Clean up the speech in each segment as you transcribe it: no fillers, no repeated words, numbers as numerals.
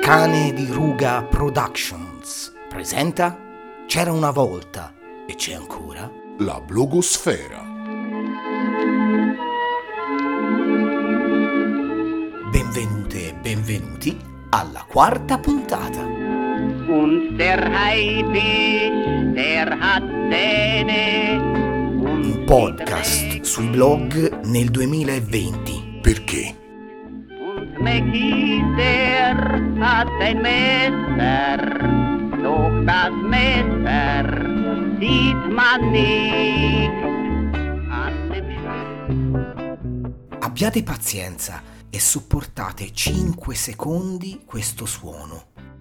Cane di Ruga Productions presenta C'era una volta e c'è ancora la blogosfera. Benvenute e benvenuti alla quarta puntata. Und der Haifisch, der hat Zähne. Un podcast sui blog nel 2020. Perché? Und Mackie, der hat ein Messer. Doch das Messer sieht man nicht an dem Stück. Abbiate pazienza e sopportate 5 secondi questo suono.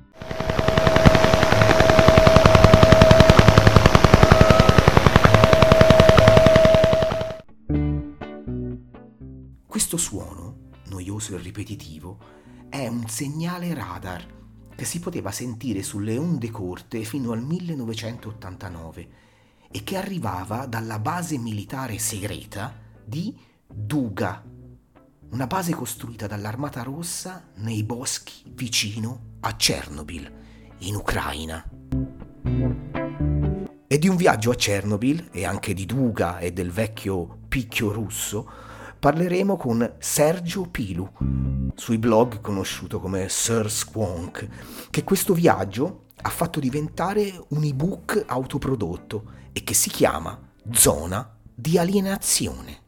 Questo suono, noioso e ripetitivo, è un segnale radar che si poteva sentire sulle onde corte fino al 1989 e che arrivava dalla base militare segreta di Duga, una base costruita dall'Armata Rossa nei boschi vicino a Chernobyl, in Ucraina. E di un viaggio a Chernobyl, e anche di Duga e del vecchio picchio russo, parleremo con Sergio Pilu, sui blog conosciuto come Sir Squonk, che questo viaggio ha fatto diventare un ebook autoprodotto e che si chiama Zona di Alienazione.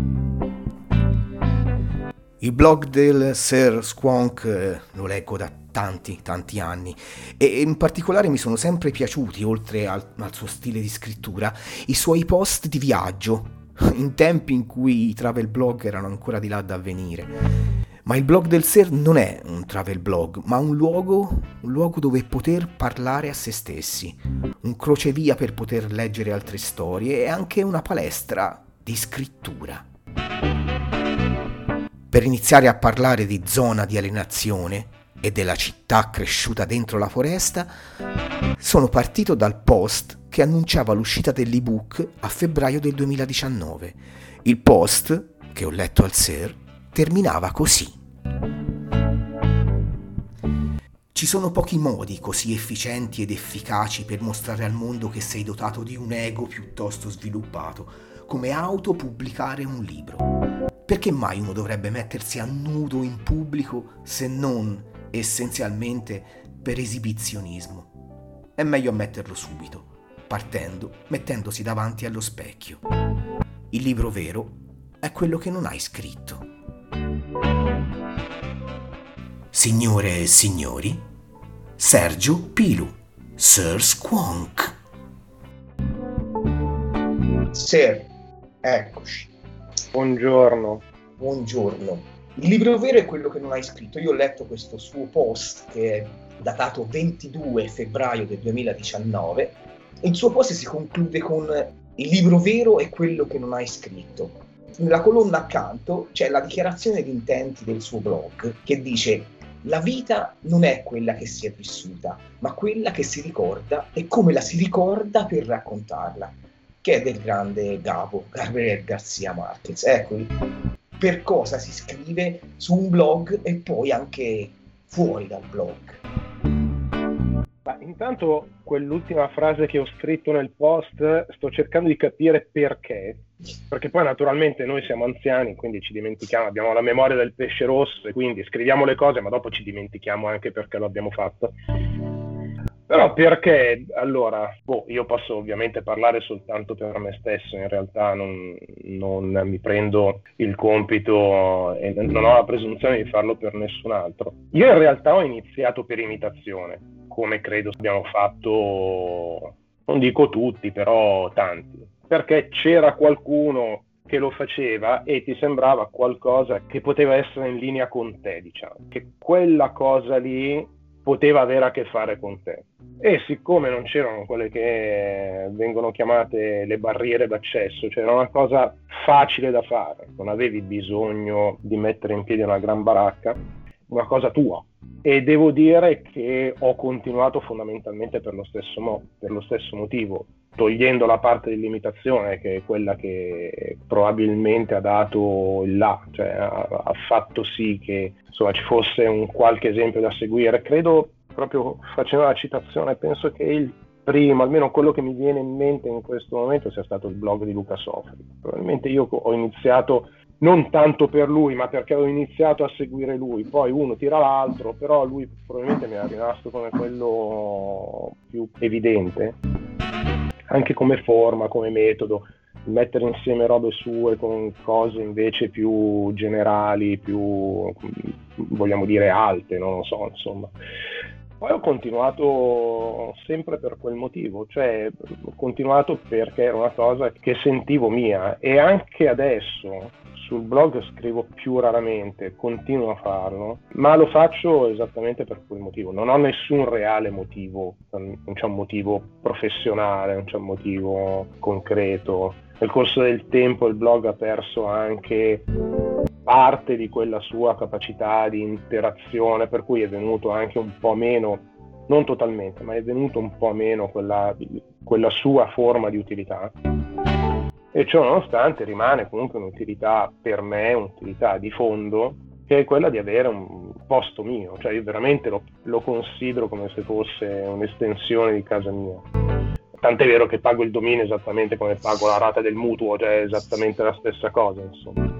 Il blog del Sir Squonk lo leggo da tanti anni e in particolare mi sono sempre piaciuti, oltre al suo stile di scrittura, i suoi post di viaggio, in tempi in cui i travel blog erano ancora di là da avvenire. Ma il blog del Sir non è un travel blog, ma un luogo dove poter parlare a se stessi, un crocevia per poter leggere altre storie e anche una palestra di scrittura. Per iniziare a parlare di zona di alienazione e della città cresciuta dentro la foresta, sono partito dal post che annunciava l'uscita dell'ebook a febbraio del 2019. Il post, che ho letto al Sir, terminava così. Ci sono pochi modi così efficienti ed efficaci per mostrare al mondo che sei dotato di un ego piuttosto sviluppato, come autopubblicare un libro. Perché mai uno dovrebbe mettersi a nudo in pubblico se non essenzialmente per esibizionismo? È meglio ammetterlo subito, mettendosi davanti allo specchio. Il libro vero è quello che non hai scritto. Signore e signori, Sergio Pilu, Sir Squonk. Sir, eccoci. Buongiorno. Il libro vero è quello che non hai scritto. Io ho letto questo suo post che è datato 22 febbraio del 2019. Il suo post si conclude con il libro vero è quello che non hai scritto. Nella colonna accanto c'è la dichiarazione di intenti del suo blog che dice: la vita non è quella che si è vissuta, ma quella che si ricorda e come la si ricorda per raccontarla, che è del grande Gabriel Garcia Marquez. Ecco, per cosa si scrive su un blog e poi anche fuori dal blog. Ma intanto quell'ultima frase che ho scritto nel post sto cercando di capire perché poi naturalmente noi siamo anziani, quindi ci dimentichiamo, abbiamo la memoria del pesce rosso e quindi scriviamo le cose ma dopo ci dimentichiamo anche perché lo abbiamo fatto. Però perché, allora, io posso ovviamente parlare soltanto per me stesso, in realtà non mi prendo il compito e non ho la presunzione di farlo per nessun altro. Io in realtà ho iniziato per imitazione, come credo abbiamo fatto, non dico tutti, però tanti, perché c'era qualcuno che lo faceva e ti sembrava qualcosa che poteva essere in linea con te, diciamo, che quella cosa lì poteva avere a che fare con te. E siccome non c'erano quelle che vengono chiamate le barriere d'accesso, cioè era una cosa facile da fare, non avevi bisogno di mettere in piedi una gran baracca, una cosa tua. E devo dire che ho continuato fondamentalmente per lo stesso motivo. togliendo la parte di limitazione, che è quella che probabilmente ha dato il là, cioè ha fatto sì che insomma ci fosse un qualche esempio da seguire. Credo, proprio facendo la citazione, penso che il primo, almeno quello che mi viene in mente in questo momento, sia stato il blog di Luca Sofri. Probabilmente io ho iniziato non tanto per lui, ma perché ho iniziato a seguire lui, poi uno tira l'altro, però lui probabilmente mi è rimasto come quello più evidente, anche come forma, come metodo, mettere insieme robe sue con cose invece più generali, più, vogliamo dire, alte, non lo so, insomma. Poi ho continuato sempre per quel motivo, cioè ho continuato perché era una cosa che sentivo mia, e anche adesso sul blog scrivo più raramente, continuo a farlo, ma lo faccio esattamente per quel motivo. Non ho nessun reale motivo, non c'è un motivo professionale, non c'è un motivo concreto. Nel corso del tempo il blog ha perso anche parte di quella sua capacità di interazione, per cui è venuto anche un po' meno, non totalmente, ma è venuto un po' meno quella sua forma di utilità. E ciò nonostante rimane comunque un'utilità per me, un'utilità di fondo, che è quella di avere un posto mio, cioè io veramente lo considero come se fosse un'estensione di casa mia. Tant'è vero che pago il dominio esattamente come pago la rata del mutuo, cioè è esattamente la stessa cosa, insomma.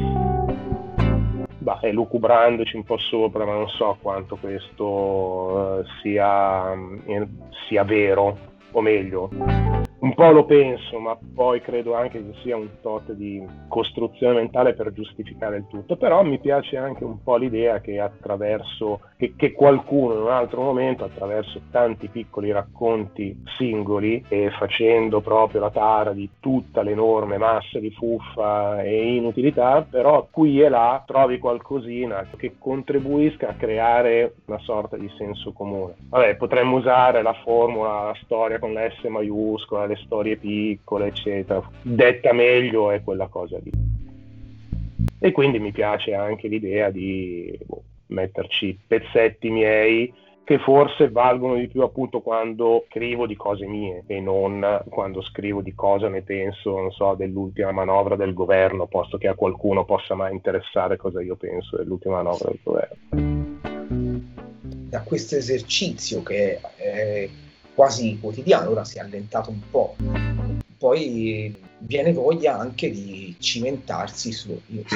E lucubrandoci un po' sopra, ma non so quanto questo sia vero, o meglio, un po' lo penso, ma poi credo anche che sia un tot di costruzione mentale per giustificare il tutto. Però mi piace anche un po' l'idea che che qualcuno in un altro momento, attraverso tanti piccoli racconti singoli e facendo proprio la tara di tutta l'enorme massa di fuffa e inutilità, però qui e là trovi qualcosina che contribuisca a creare una sorta di senso comune. Vabbè, potremmo usare la formula, la storia con la S maiuscola, le storie piccole, eccetera. Detta meglio è quella cosa lì. E quindi mi piace anche l'idea di metterci pezzetti miei che forse valgono di più appunto quando scrivo di cose mie e non quando scrivo di cosa ne penso, non so, dell'ultima manovra del governo, posto che a qualcuno possa mai interessare cosa io penso dell'ultima manovra del governo. Da questo esercizio che è quasi quotidiano, ora si è allentato un po', poi viene voglia anche di cimentarsi su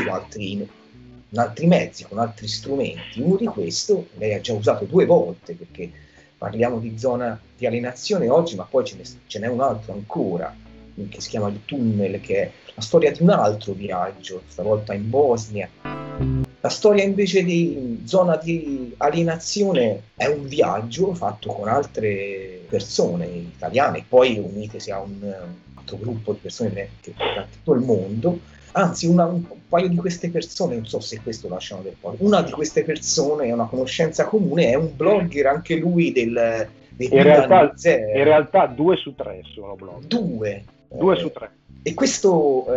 altri mezzi, con altri strumenti. Uno di questo lei ha già usato 2 volte, perché parliamo di zona di alienazione oggi, ma poi ce n'è un altro ancora, che si chiama Il Tunnel, che è la storia di un altro viaggio, stavolta in Bosnia. La storia invece di zona di alienazione è un viaggio fatto con altre persone italiane, poi unitesi a un altro gruppo di persone che da tutto il mondo. Anzi, un paio di queste persone, non so se questo lasciano del poi, una di queste persone è una conoscenza comune, è un blogger anche lui del in realtà 2 su 3 sono blogger. 2 su 3. E questo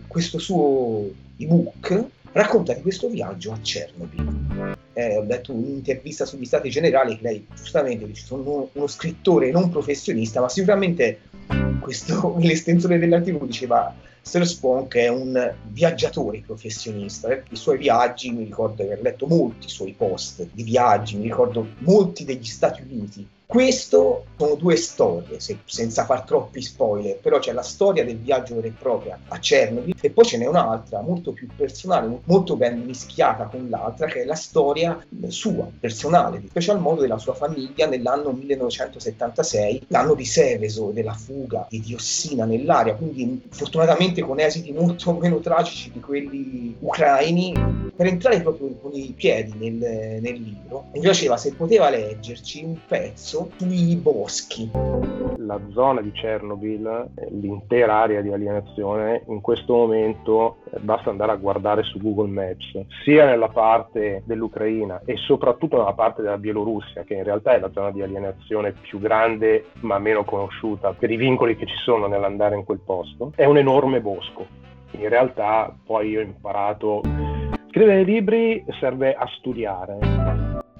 suo ebook racconta di questo viaggio a Chernobyl. Ho letto un'intervista sugli Stati Generali che lei giustamente dice: sono uno scrittore non professionista, ma sicuramente l'estensore dell'articolo diceva Sir Spunk è un viaggiatore professionista. I suoi viaggi, mi ricordo di aver letto molti suoi post di viaggi, mi ricordo molti degli Stati Uniti. Questo sono 2 storie, senza far troppi spoiler, però c'è la storia del viaggio vera e propria a Chernobyl e poi ce n'è un'altra molto più personale, molto ben mischiata con l'altra, che è la storia sua, personale, in special modo della sua famiglia nell'anno 1976, l'anno di Seveso, della fuga di diossina nell'aria, quindi fortunatamente con esiti molto meno tragici di quelli ucraini. Per entrare proprio con i piedi nel libro, mi piaceva se poteva leggerci un pezzo sui boschi. La zona di Chernobyl, l'intera area di alienazione, in questo momento basta andare a guardare su Google Maps, sia nella parte dell'Ucraina e soprattutto nella parte della Bielorussia, che in realtà è la zona di alienazione più grande ma meno conosciuta per i vincoli che ci sono nell'andare in quel posto. È un enorme bosco. In realtà poi io ho imparato: scrivere libri serve a studiare,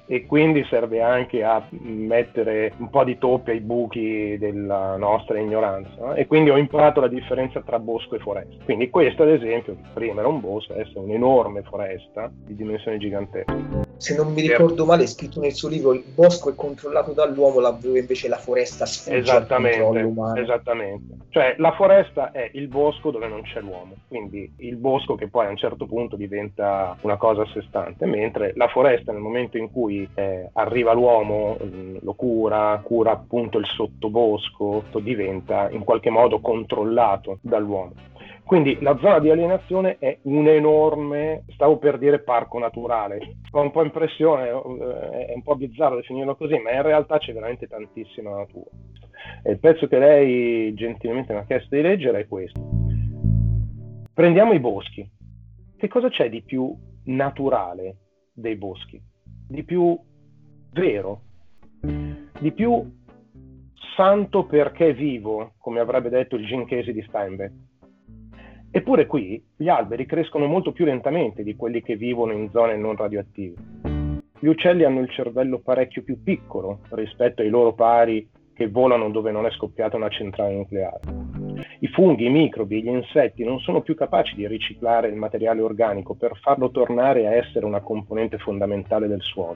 e quindi serve anche a mettere un po' di toppe ai buchi della nostra ignoranza, e quindi ho imparato la differenza tra bosco e foresta. Quindi questo, ad esempio, prima era un bosco, adesso è un'enorme foresta di dimensioni gigantesche. Se non mi ricordo male, è scritto nel suo libro: il bosco è controllato dall'uomo, laddove invece la foresta sfugge al controllo umano. Esattamente. Cioè la foresta è il bosco dove non c'è l'uomo, quindi il bosco che poi a un certo punto diventa una cosa a sé stante, mentre la foresta, nel momento in cui arriva l'uomo, lo cura appunto il sottobosco, diventa in qualche modo controllato dall'uomo. Quindi la zona di alienazione è un enorme, stavo per dire parco naturale, ho un po' impressione, è un po' bizzarro definirlo così, ma in realtà c'è veramente tantissima natura. E il pezzo che lei gentilmente mi ha chiesto di leggere è questo. Prendiamo i boschi. Che cosa c'è di più naturale dei boschi? Di più vero? Di più santo perché vivo, come avrebbe detto il Gincesi di Steinbeck? Eppure qui gli alberi crescono molto più lentamente di quelli che vivono in zone non radioattive. Gli uccelli hanno il cervello parecchio più piccolo rispetto ai loro pari che volano dove non è scoppiata una centrale nucleare. I funghi, i microbi, gli insetti non sono più capaci di riciclare il materiale organico per farlo tornare a essere una componente fondamentale del suolo.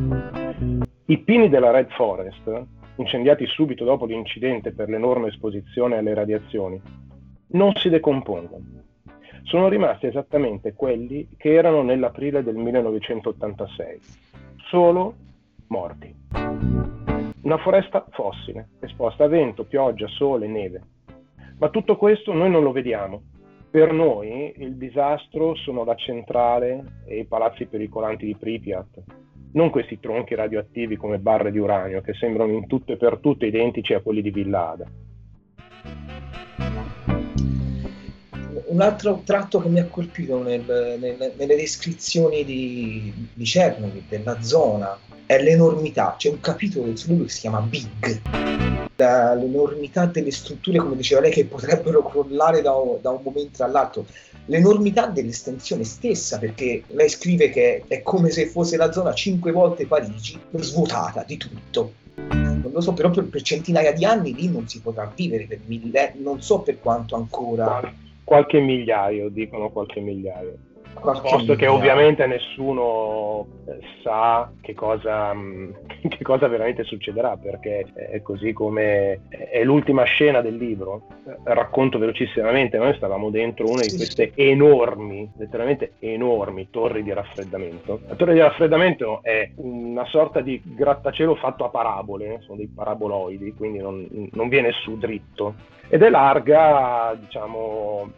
I pini della Red Forest, incendiati subito dopo l'incidente per l'enorme esposizione alle radiazioni, non si decompongono. Sono rimasti esattamente quelli che erano nell'aprile del 1986, solo morti. Una foresta fossile, esposta a vento, pioggia, sole, neve. Ma tutto questo noi non lo vediamo. Per noi il disastro sono la centrale e i palazzi pericolanti di Pripyat, non questi tronchi radioattivi come barre di uranio che sembrano in tutto e per tutto identici a quelli di Villa Ada. Un altro tratto che mi ha colpito nelle descrizioni di Chernobyl, della zona, è l'enormità. C'è un capitolo del suo libro che si chiama Big, l'enormità delle strutture, come diceva lei, che potrebbero crollare da un momento all'altro, l'enormità dell'estensione stessa, perché lei scrive che è come se fosse la zona 5 volte Parigi, svuotata di tutto. Non lo so, però per centinaia di anni lì non si potrà vivere, per non so per quanto ancora. Qualche migliaio, dicono qualche migliaio. Posto che ovviamente nessuno sa che cosa veramente succederà, perché è così come è l'ultima scena del libro. Racconto velocissimamente, noi stavamo dentro una di queste enormi, letteralmente enormi torri di raffreddamento. La torre di raffreddamento è una sorta di grattacielo fatto a parabole, sono dei paraboloidi, quindi non viene su dritto. Ed è larga, diciamo,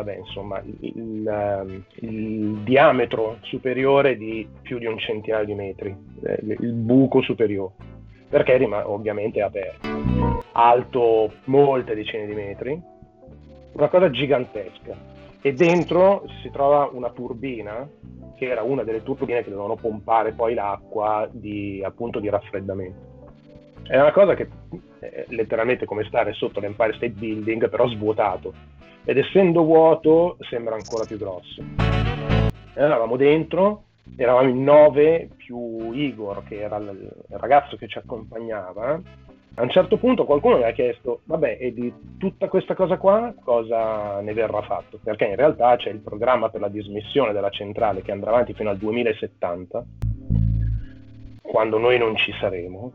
il diametro superiore di più di un centinaio di metri, il buco superiore, perché ovviamente è aperto, alto molte decine di metri, una cosa gigantesca. E dentro si trova una turbina, che era una delle turbine che dovevano pompare poi l'acqua appunto di raffreddamento. È una cosa che è letteralmente come stare sotto l'Empire State Building, però svuotato, ed essendo vuoto sembra ancora più grosso. E eravamo dentro, eravamo in 9 più Igor, che era il ragazzo che ci accompagnava. A un certo punto qualcuno mi ha chiesto: vabbè, e di tutta questa cosa qua cosa ne verrà fatto? Perché in realtà c'è il programma per la dismissione della centrale che andrà avanti fino al 2070, quando noi non ci saremo.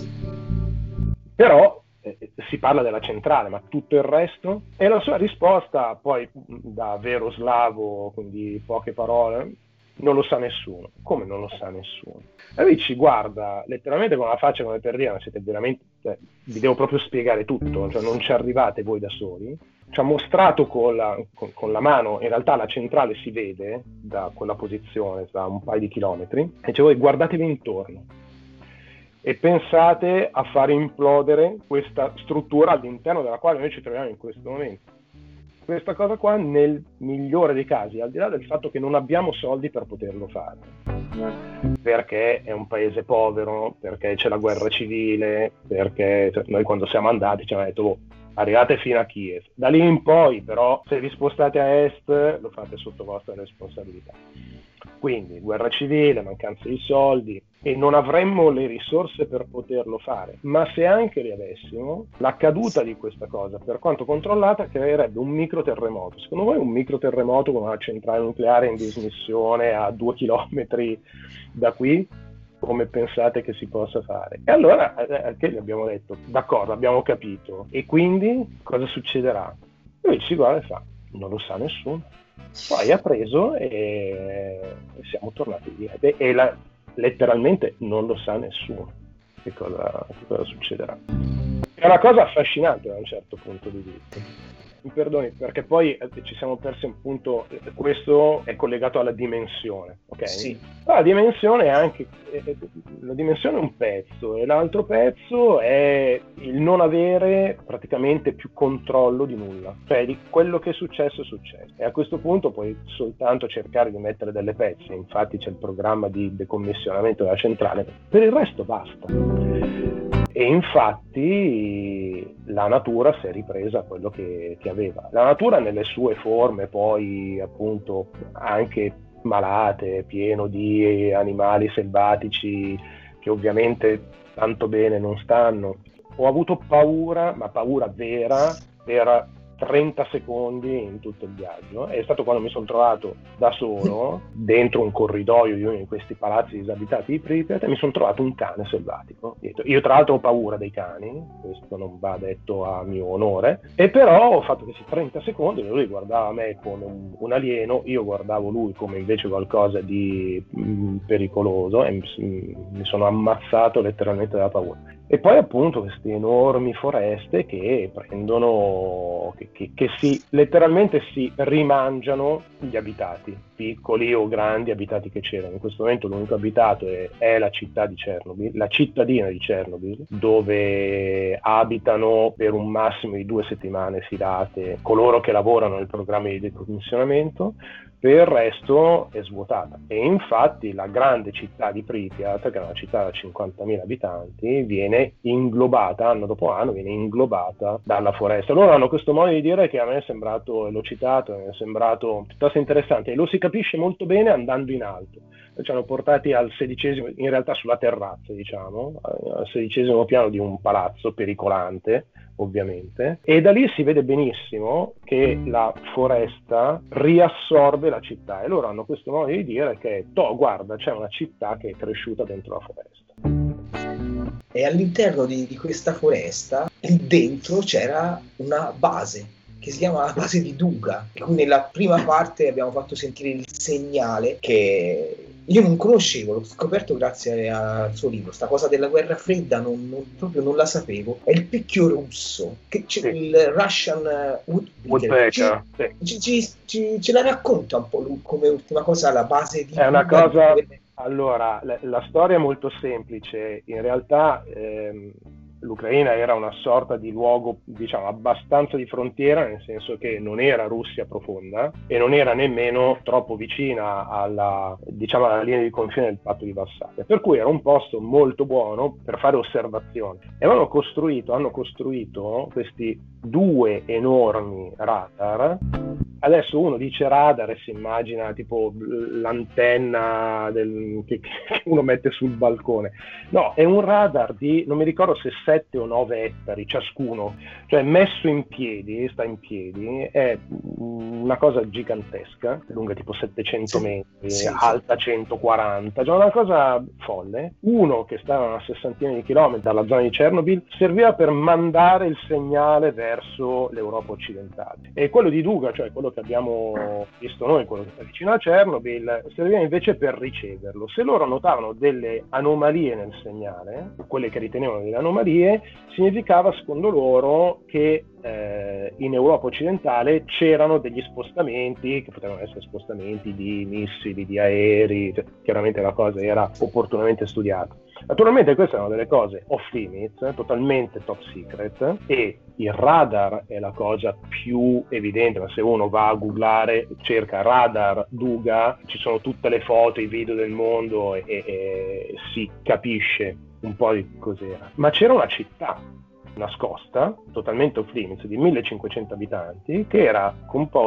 Però si parla della centrale, ma tutto il resto? E la sua risposta, poi da vero slavo, quindi poche parole, non lo sa nessuno. Come non lo sa nessuno? E lui ci guarda letteralmente con la faccia come per dire: ma siete veramente, vi devo proprio spiegare tutto, cioè non ci arrivate voi da soli. Ci ha mostrato con la mano, in realtà la centrale si vede da quella posizione, da un paio di chilometri, e dice: voi guardatevi intorno e pensate a far implodere questa struttura all'interno della quale noi ci troviamo in questo momento. Questa cosa qua, nel migliore dei casi, al di là del fatto che non abbiamo soldi per poterlo fare, perché è un paese povero, perché c'è la guerra civile, perché noi quando siamo andati ci hanno detto: arrivate fino a Kiev, da lì in poi però se vi spostate a est lo fate sotto vostra responsabilità. Quindi guerra civile, mancanza di soldi, e non avremmo le risorse per poterlo fare. Ma se anche li avessimo, la caduta di questa cosa, per quanto controllata, creerebbe un microterremoto. Secondo voi un microterremoto con una centrale nucleare in dismissione a 2 chilometri da qui, come pensate che si possa fare? E allora che gli abbiamo detto, d'accordo, abbiamo capito, e quindi cosa succederà? Lui ci guarda e fa, non lo sa nessuno. Poi ha preso e siamo tornati via. Letteralmente non lo sa nessuno che cosa succederà. È una cosa affascinante da un certo punto di vista. Mi perdoni, perché poi ci siamo persi un punto, questo è collegato alla dimensione, ok? Sì. La dimensione è un pezzo, e l'altro pezzo è il non avere praticamente più controllo di nulla, cioè di quello che è successo, e a questo punto puoi soltanto cercare di mettere delle pezze, infatti c'è il programma di decommissionamento della centrale, per il resto basta. E infatti la natura si è ripresa quello che aveva. La natura nelle sue forme, poi appunto anche malate, pieno di animali selvatici che ovviamente tanto bene non stanno. Ho avuto paura, ma paura vera, per 30 secondi in tutto il viaggio. È stato quando mi sono trovato da solo dentro un corridoio di uno di questi palazzi disabitati di Pripyat e mi sono trovato un cane selvatico. Io tra l'altro ho paura dei cani, questo non va detto a mio onore, e però ho fatto questi 30 secondi e lui guardava me come un alieno, io guardavo lui come invece qualcosa di pericoloso, e mi sono ammazzato letteralmente dalla paura. E poi appunto queste enormi foreste che prendono, che letteralmente si rimangiano gli abitati, piccoli o grandi abitati che c'erano. In questo momento l'unico abitato è la città di Chernobyl, la cittadina di Chernobyl, dove abitano per un massimo di 2 settimane filate coloro che lavorano nel programma di decommissionamento. Per il resto è svuotata, e infatti la grande città di Pripyat, che è una città da 50.000 abitanti, viene inglobata, anno dopo anno, viene inglobata dalla foresta. Loro hanno questo modo di dire che a me è sembrato, l'ho citato, mi è sembrato piuttosto interessante, e lo si capisce molto bene andando in alto. Ci hanno portati al 16°, in realtà sulla terrazza, diciamo, al 16° piano di un palazzo pericolante, ovviamente, e da lì si vede benissimo che la foresta riassorbe la città, e loro hanno questo modo di dire che guarda, c'è una città che è cresciuta dentro la foresta. E all'interno di questa foresta, lì dentro c'era una base che si chiama la base di Duga, in cui nella prima parte abbiamo fatto sentire il segnale che io non conoscevo, l'ho scoperto grazie al suo libro. Sta cosa della guerra fredda proprio non la sapevo. È il picchio russo, il Russian Woodpecker. Ce la racconta un po' lui, come ultima cosa la base di... È una cosa... Allora, la storia è molto semplice. In realtà l'Ucraina era una sorta di luogo, diciamo, abbastanza di frontiera, nel senso che non era Russia profonda e non era nemmeno troppo vicina alla linea di confine del patto di Varsavia, per cui era un posto molto buono per fare osservazioni. E hanno costruito questi 2 enormi radar. Adesso uno dice radar e si immagina tipo l'antenna che uno mette sul balcone. No, è un radar di, non mi ricordo se 7 o 9 ettari ciascuno, cioè messo in piedi, sta in piedi, è una cosa gigantesca, lunga tipo 700 metri, alta 140, cioè una cosa folle. Uno che stava a una sessantina di chilometri dalla zona di Chernobyl serviva per mandare il segnale verso l'Europa occidentale, e quello di Duga, cioè quello che abbiamo visto noi, quello che sta vicino a Chernobyl, serviva invece per riceverlo. Se loro notavano delle anomalie nel segnale, quelle che ritenevano delle anomalie, significava secondo loro che in Europa occidentale c'erano degli spostamenti, che potevano essere spostamenti di missili, di aerei, chiaramente la cosa era opportunamente studiata. Naturalmente queste erano delle cose off limits, totalmente top secret, e il radar è la cosa più evidente, ma se uno va a googlare, cerca radar Duga, ci sono tutte le foto, i video del mondo e si capisce un po' di cos'era. Ma c'era una città nascosta, totalmente off limits, di 1500 abitanti, che era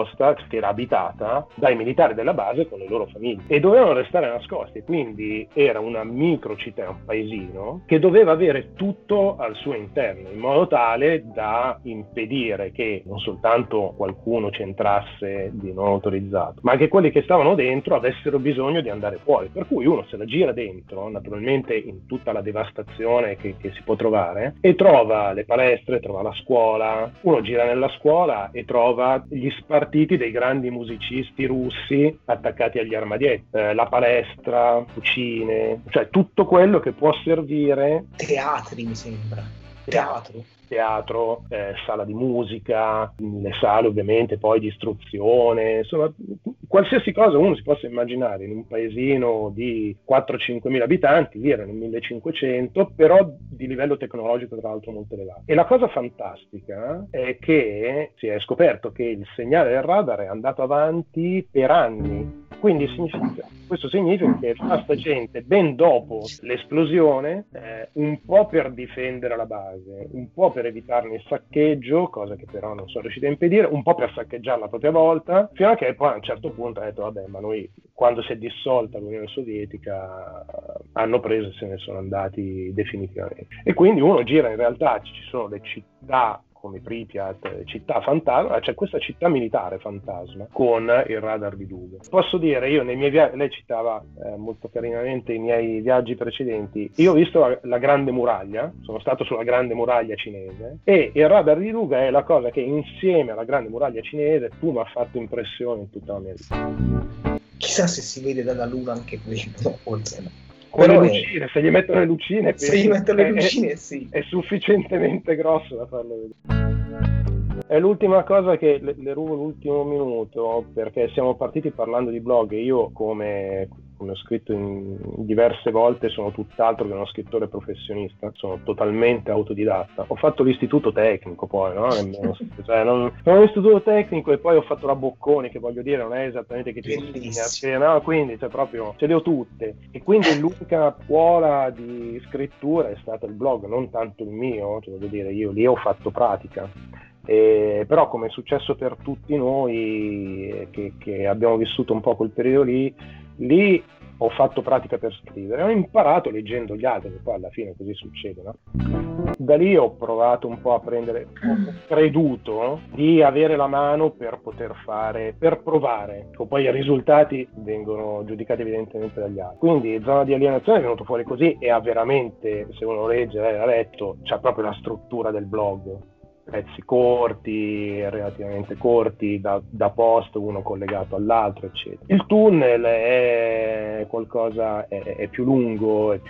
abitata dai militari della base con le loro famiglie e dovevano restare nascosti, quindi era una microcittà, un paesino che doveva avere tutto al suo interno, in modo tale da impedire che non soltanto qualcuno ci entrasse di non autorizzato, ma che quelli che stavano dentro avessero bisogno di andare fuori, per cui uno se la gira dentro, naturalmente in tutta la devastazione che si può trovare, e trova le palestre, trova la scuola, uno gira nella scuola e trova gli spartiti dei grandi musicisti russi attaccati agli armadietti, la palestra, cucine, cioè tutto quello che può servire. Teatri, mi sembra. Teatro, sala di musica, le sale ovviamente poi di istruzione, insomma qualsiasi cosa uno si possa immaginare in un paesino di 4-5 mila abitanti, lì erano 1500, però di livello tecnologico tra l'altro molto elevato. E la cosa fantastica è che si è scoperto che il segnale del radar è andato avanti per anni. Quindi questo significa che sta gente ben dopo l'esplosione, un po' per difendere la base, un po' per evitarne il saccheggio, cosa che però non sono riusciti a impedire, un po' per saccheggiarla a propria volta, fino a che poi a un certo punto ha detto vabbè, ma noi quando si è dissolta l'Unione Sovietica hanno preso e se ne sono andati definitivamente. E quindi uno gira, in realtà ci sono le città come Pripyat, città fantasma, c'è questa città militare fantasma con il radar di Duga. Posso dire, io nei miei viaggi, lei citava molto carinamente i miei viaggi precedenti, io ho visto la Grande Muraglia, sono stato sulla Grande Muraglia cinese, e il radar di Duga è la cosa che insieme alla Grande Muraglia cinese mi ha fatto impressione in tutta la mia vita. Chissà se si vede dalla Luna anche quello, oltre no. Con le lucine, se gli mettono le lucine, sì. È sufficientemente grosso da farlo vedere. È l'ultima cosa che le rubo l'ultimo minuto, perché siamo partiti parlando di blog e io come ho scritto in diverse volte sono tutt'altro che uno scrittore professionista, sono totalmente autodidatta. Ho fatto l'istituto tecnico poi, no? Cioè, sono l'istituto tecnico e poi ho fatto la Bocconi, che voglio dire non è esattamente che ti insegna, no? Quindi cioè, proprio ce le ho tutte, e quindi l'unica scuola di scrittura è stato il blog, non tanto il mio, cioè, voglio dire, io lì ho fatto pratica. Però come è successo per tutti noi che abbiamo vissuto un po' quel periodo lì ho fatto pratica per scrivere, ho imparato leggendo gli altri, che poi alla fine così succede, no? Da lì ho provato un po' a prendere, ho creduto di avere la mano per poter fare, per provare, poi i risultati vengono giudicati evidentemente dagli altri. Quindi Zona di Alienazione è venuto fuori così e ha veramente, se uno legge, lei l'ha letto, c'ha proprio la struttura del blog. Pezzi corti, relativamente corti, da post, uno collegato all'altro, eccetera. Il tunnel è qualcosa, è più lungo, è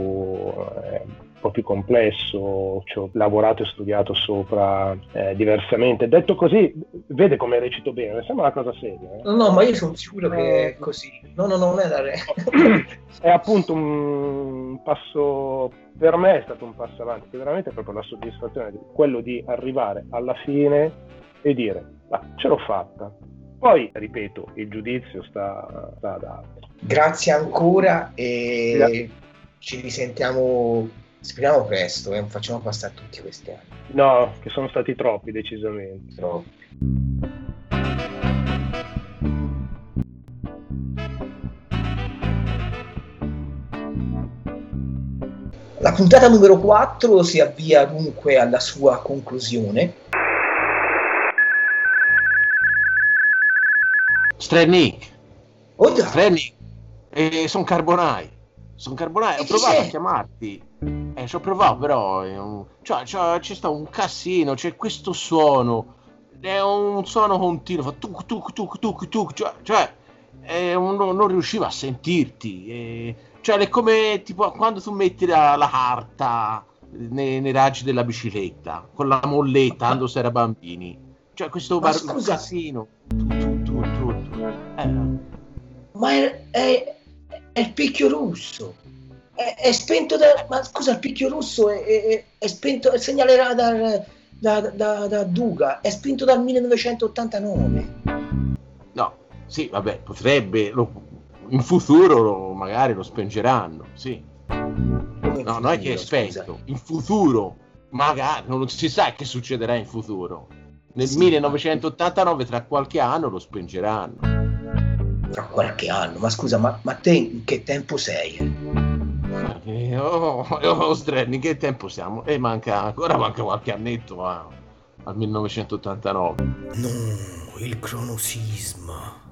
un po' più complesso, ci ho lavorato e studiato sopra diversamente. Detto così, vede come recito bene, sembra una cosa seria. No, ma io sono sicuro che è così. No, non è da re. È appunto un passo, per me è stato un passo avanti, che veramente è proprio la soddisfazione di quello di arrivare alla fine e dire, ce l'ho fatta. Poi, ripeto, il giudizio sta ad altro. Grazie ancora e ci risentiamo, speriamo presto, non facciamo passare tutti questi anni. No, che sono stati troppi, decisamente. Troppi. La puntata numero 4 si avvia dunque alla sua conclusione. Strennick, sono Carbonai. Ho provato a chiamarti. Ci ho provato, però c'è sta un cassino, c'è questo suono. È un suono continuo, fa tuc tuc tuc tuc tuc, cioè non riuscivo a sentirti. Cioè è come tipo quando tu metti la carta nei raggi della bicicletta con la molletta quando si era bambini. Cioè questo casino. Ma è il picchio russo. È spento ma scusa, il picchio russo è spento, il segnale radar da Duga è spento dal 1989. No, sì, vabbè, potrebbe in futuro magari lo spengeranno, sì. No, non è che è spento, in futuro Magari, non si sa che succederà in futuro. Nel Sì. 1989, tra qualche anno, lo spingeranno. Tra qualche anno. Ma scusa, ma te in che tempo sei? Strenny, in che tempo siamo? Manca qualche annetto al 1989. No, il cronosisma.